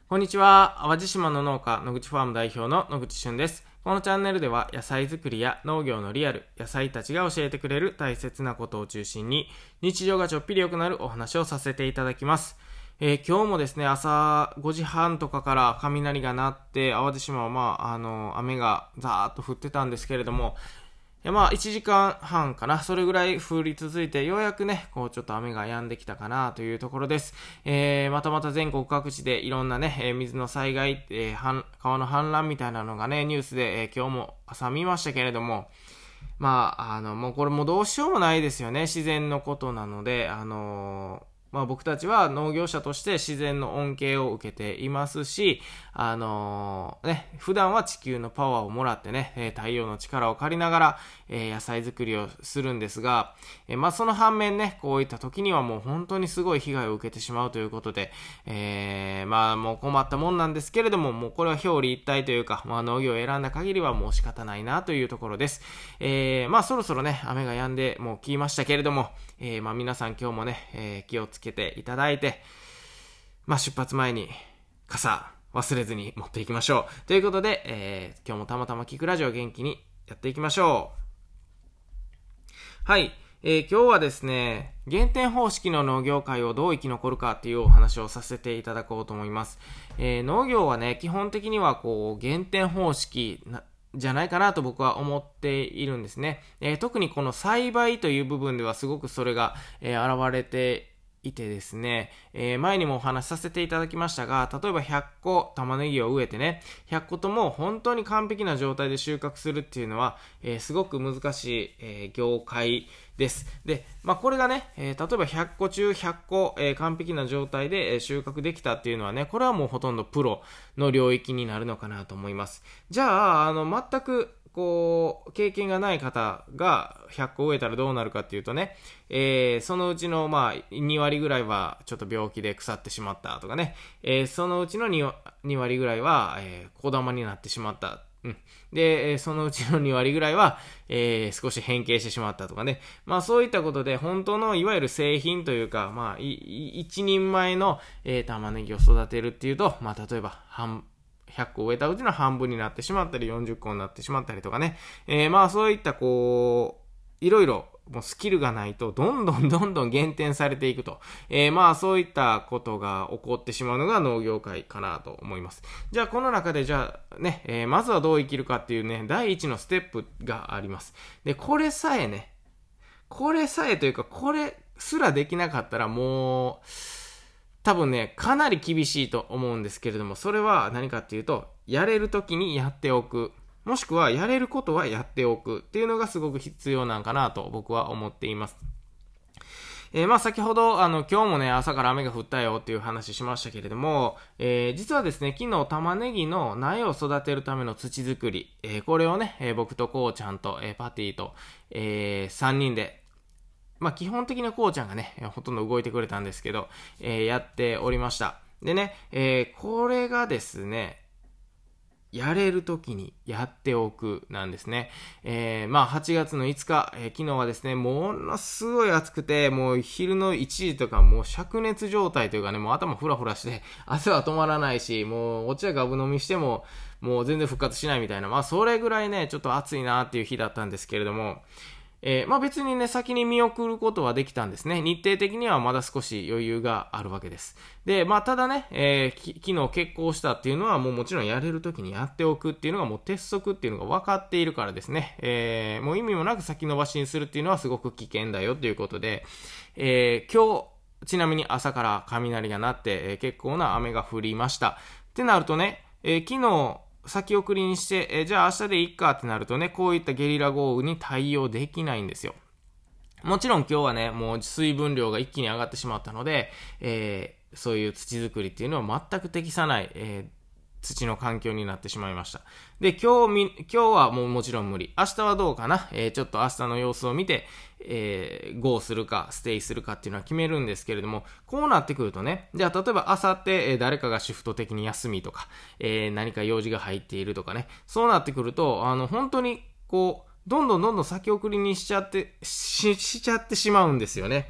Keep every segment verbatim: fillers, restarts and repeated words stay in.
こんにちは。淡路島の農家、野口ファーム代表の野口俊です。このチャンネルでは野菜作りや農業のリアル、野菜たちが教えてくれる大切なことを中心に、日常がちょっぴり良くなるお話をさせていただきます。えー、今日もですね、朝ごじはんとかから雷が鳴って、淡路島はまあ、あの、雨がザーッと降ってたんですけれども、まあ、いちじかんはんかな。それぐらい降り続いて、ようやくね、こう、ちょっと雨が止んできたかなというところです。えー、またまた全国各地でいろんなね、えー、水の災害、えー、川の氾濫みたいなのがね、ニュースで、えー、今日も朝見ましたけれども、まあ、あの、もうこれもどうしようもないですよね。自然のことなので、あのー、まあ僕たちは農業者として自然の恩恵を受けていますし、あのー、ね、普段は地球のパワーをもらってね、太陽の力を借りながら、えー、野菜作りをするんですが、えー、まあその反面ね、こういった時にはもう本当にすごい被害を受けてしまうということで、えー、まあもう困ったもんなんですけれども、もうこれは表裏一体というか、まあ農業を選んだ限りはもう仕方ないなというところです。えー、まあそろそろね、雨が止んでもう来ましたけれども、えー、まあ皆さん今日もね、えー、気をつけていただいて、まあ出発前に傘忘れずに持っていきましょう。ということで、えー、今日もたまたま聞くラジオ元気にやっていきましょう。はい、えー、今日はですね、減点方式の農業界をどう生き残るかっていうお話をさせていただこうと思います。えー、農業はね、基本的にはこう減点方式なじゃないかなと僕は思っているんですね。えー、特にこの栽培という部分ではすごくそれが、えー、現れていてですね、えー、前にもお話しさせていただきましたが、例えばひゃっこ玉ねぎを植えてね、ひゃっことも本当に完璧な状態で収穫するっていうのは、えー、すごく難しい、えー、業界です。で、まあこれがね、えー、例えばひゃっこ中ひゃっこ、えー、完璧な状態で、えー、収穫できたっていうのはね、これはもうほとんどプロの領域になるのかなと思います。じゃあ、あの、全くこう、経験がない方がひゃっこ植えたらどうなるかっていうとね、えー、そのうちのまあにわりぐらいはちょっと病気で腐ってしまったとかね、えー、そのうちの 2, にわりぐらいは、えー、小玉になってしまった。うん。で、そのうちのにわりぐらいは、えー、少し変形してしまったとかね。まあそういったことで本当のいわゆる製品というか、まあい一人前の、えー、玉ねぎを育てるっていうと、まあ例えば半ひゃっこ植えたうちの半分になってしまったり、よんじゅっこになってしまったりとかね。えー、まあそういったこう、いろいろもうスキルがないと、どんどんどんどん減点されていくと。えー、まあそういったことが起こってしまうのが農業界かなと思います。じゃあこの中でじゃあね、えー、まずはどう生きるかっていうね、第一のステップがあります。で、これさえね、これさえというか、これすらできなかったらもう、多分ね、かなり厳しいと思うんですけれども、それは何かっていうと、やれるときにやっておく。もしくは、やれることはやっておくっていうのがすごく必要なんかなと僕は思っています。えー、まあ先ほど、あの、今日もね、朝から雨が降ったよっていう話しましたけれども、えー、実はですね、昨日玉ねぎの苗を育てるための土作り、えー、これをね、えー、僕とこうちゃんと、えー、パティと、えー、さんにんで、まあ基本的なこうちゃんがね、ほとんど動いてくれたんですけど、えー、やっておりました。でね、えー、これがですね、やれるときにやっておくなんですね。えー、まあはちがつのいつか、えー、昨日はですね、ものすごい暑くて、もう昼のいちじとかもう灼熱状態というかね、もう頭フラフラして、汗は止まらないし、もうお茶ガブ飲みしても、もう全然復活しないみたいな、まあそれぐらいね、ちょっと暑いなっていう日だったんですけれども、えー、まあ別にね、先に見送ることはできたんですね。日程的にはまだ少し余裕があるわけです。で、まあただね、えー、昨日結婚したっていうのはもうもちろんやれるときにやっておくっていうのがもう鉄則っていうのが分かっているからですね。えー、もう意味もなく先延ばしにするっていうのはすごく危険だよということで、えー、今日、ちなみに朝から雷が鳴って、えー、結構な雨が降りました。ってなるとね、えー、昨日、先送りにして、えー、じゃあ明日でいいかってなるとね、こういったゲリラ豪雨に対応できないんですよ。もちろん今日はね、もう水分量が一気に上がってしまったので、えー、そういう土作りっていうのは全く適さない、えー土の環境になってしまいました。で、今日み、今日はもうもちろん無理。明日はどうかな、えー、ちょっと明日の様子を見て、えー、ゴーするか、ステイするかっていうのは決めるんですけれども、こうなってくるとね、じゃあ例えば明後日、えー、誰かがシフト的に休みとか、えー、何か用事が入っているとかね、そうなってくると、あの、本当に、こう、どんどんどんどん先送りにしちゃって、し、しちゃってしまうんですよね。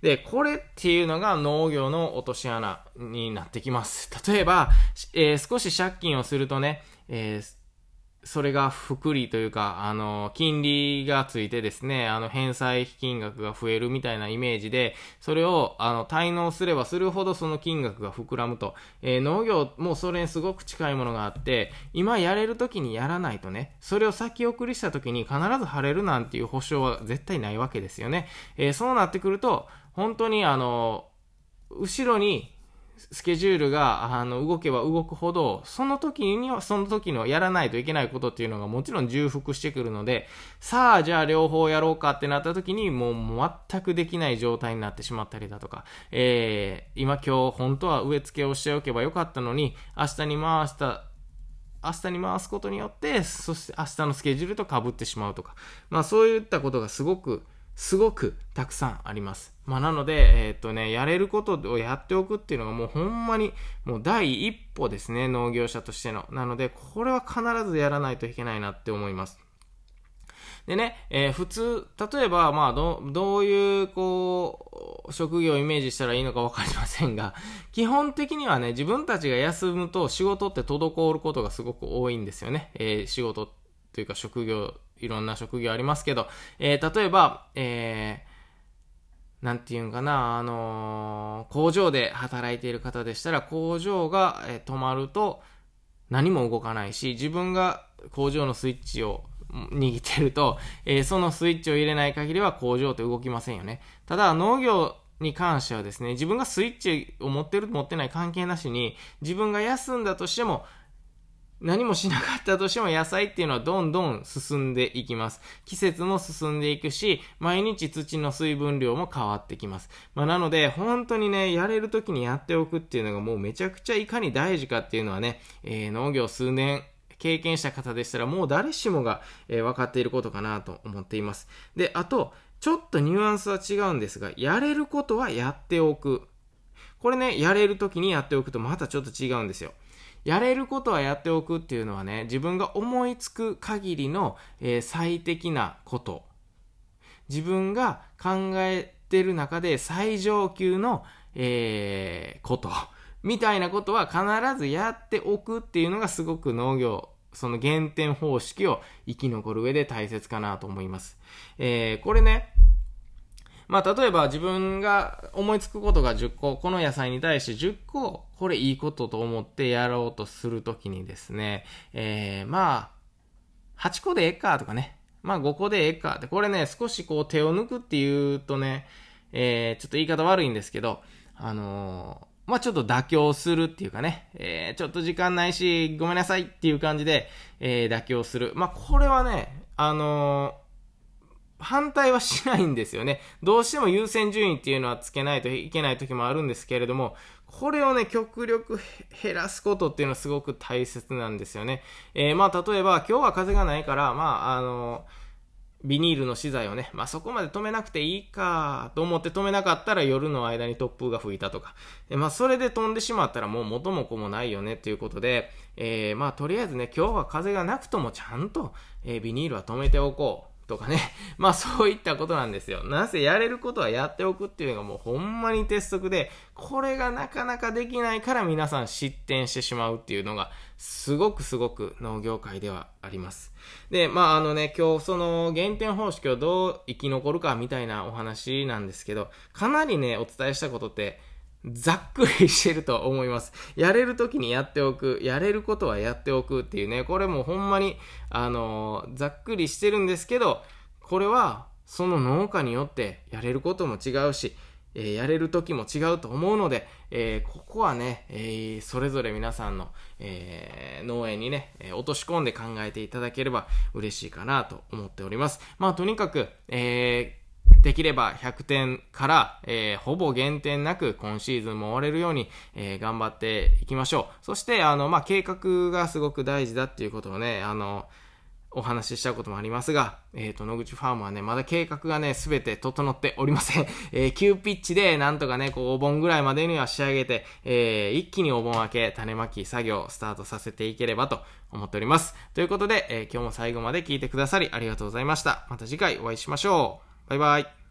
で、これっていうのが農業の落とし穴になってきます。例えば、えー、少し借金をするとね、えーそれが複利というか、あの、金利がついてですね、あの、返済金額が増えるみたいなイメージで、それを、あの、滞納すればするほどその金額が膨らむと。えー、農業もそれにすごく近いものがあって、今やれる時にやらないとね、それを先送りした時に必ず晴れるなんていう保証は絶対ないわけですよね。えー、そうなってくると、本当にあの、後ろに、スケジュールがあの動けば動くほど、その時にはその時のやらないといけないことっていうのがもちろん重複してくるので、さあじゃあ両方やろうかってなった時にもう全くできない状態になってしまったりだとか、えー、今今日本当は植え付けをしておけばよかったのに、明日に回した明日に回すことによって、そして明日のスケジュールと被ってしまうとか、まあそういったことがすごくすごくたくさんあります。まあなので、えーっとね、やれることをやっておくっていうのがもうほんまにもう第一歩ですね、農業者としての。なので、これは必ずやらないといけないなって思います。でね、えー、普通、例えば、まあ、ど、どういう、こう、職業をイメージしたらいいのかわかりませんが、基本的にはね、自分たちが休むと仕事って滞ることがすごく多いんですよね。えー、仕事というか職業、いろんな職業ありますけど、えー、例えば、えー、なんていうんかな、あのー、工場で働いている方でしたら、工場が、えー、止まると何も動かないし、自分が工場のスイッチを握ってると、えー、そのスイッチを入れない限りは工場って動きませんよね。ただ農業に関してはですね、自分がスイッチを持ってる持ってない関係なしに、自分が休んだとしても何もしなかったとしても野菜っていうのはどんどん進んでいきます。季節も進んでいくし、毎日土の水分量も変わってきます。まあ、なので本当にね、やれる時にやっておくっていうのがもうめちゃくちゃいかに大事かっていうのはね、えー、農業数年経験した方でしたらもう誰しもが、えー、分かっていることかなと思っています。で、あとちょっとニュアンスは違うんですが、やれることはやっておく。これね、やれる時にやっておくとまたちょっと違うんですよ。やれることはやっておくっていうのはね、自分が思いつく限りの、えー、最適なこと。自分が考えてる中で最上級の、えー、こと。みたいなことは必ずやっておくっていうのがすごく農業、その減点方式を生き残る上で大切かなと思います。えー、これね、まあ、例えば自分が思いつくことがじゅっこ、この野菜に対してじゅっこ、これいいことと思ってやろうとするときにですね、えー、まあ、はっこでええかとかね、まあごこでええかって、これね、少しこう手を抜くっていうとね、えー、ちょっと言い方悪いんですけど、あのー、まあちょっと妥協するっていうかね、えー、ちょっと時間ないし、ごめんなさいっていう感じで、えー、妥協する。まあこれはね、あのー、反対はしないんですよね。どうしても優先順位っていうのはつけないといけない時もあるんですけれども、これをね、極力減らすことっていうのはすごく大切なんですよね。えー、まあ例えば今日は風がないから、まああのビニールの資材をね、まあそこまで止めなくていいかと思って止めなかったら夜の間に突風が吹いたとか、えー、まあそれで飛んでしまったらもう元も子もないよねっていうことで、えー、まあとりあえずね、今日は風がなくともちゃんと、えー、ビニールは止めておこう。とかね。まあそういったことなんですよ。なぜやれることはやっておくっていうのがもうほんまに鉄則で、これがなかなかできないから皆さん失点してしまうっていうのがすごくすごく農業界ではあります。で、まああのね、今日その減点方式をどう生き残るかみたいなお話なんですけど、かなりね、お伝えしたことってざっくりしてると思います。やれるときにやっておく、やれることはやっておくっていうね、これもほんまに、あのー、ざっくりしてるんですけど、これはその農家によってやれることも違うし、えー、やれるときも違うと思うので、えー、ここはね、えー、それぞれ皆さんの、えー、農園にね、えー、落とし込んで考えていただければ嬉しいかなと思っております。まあとにかく、えーできればひゃくてんから、えー、ほぼ減点なく今シーズンも終われるように、えー、頑張っていきましょう。そして、あの、まあ、計画がすごく大事だっていうことをね、あの、お話ししたこともありますが、えっと、野口ファームはね、まだ計画がね、すべて整っておりません。えー、急ピッチで、なんとかね、こう、お盆ぐらいまでには仕上げて、えー、一気にお盆明け、種まき作業、スタートさせていければと思っております。ということで、えー、今日も最後まで聞いてくださりありがとうございました。また次回お会いしましょう。バイバイ。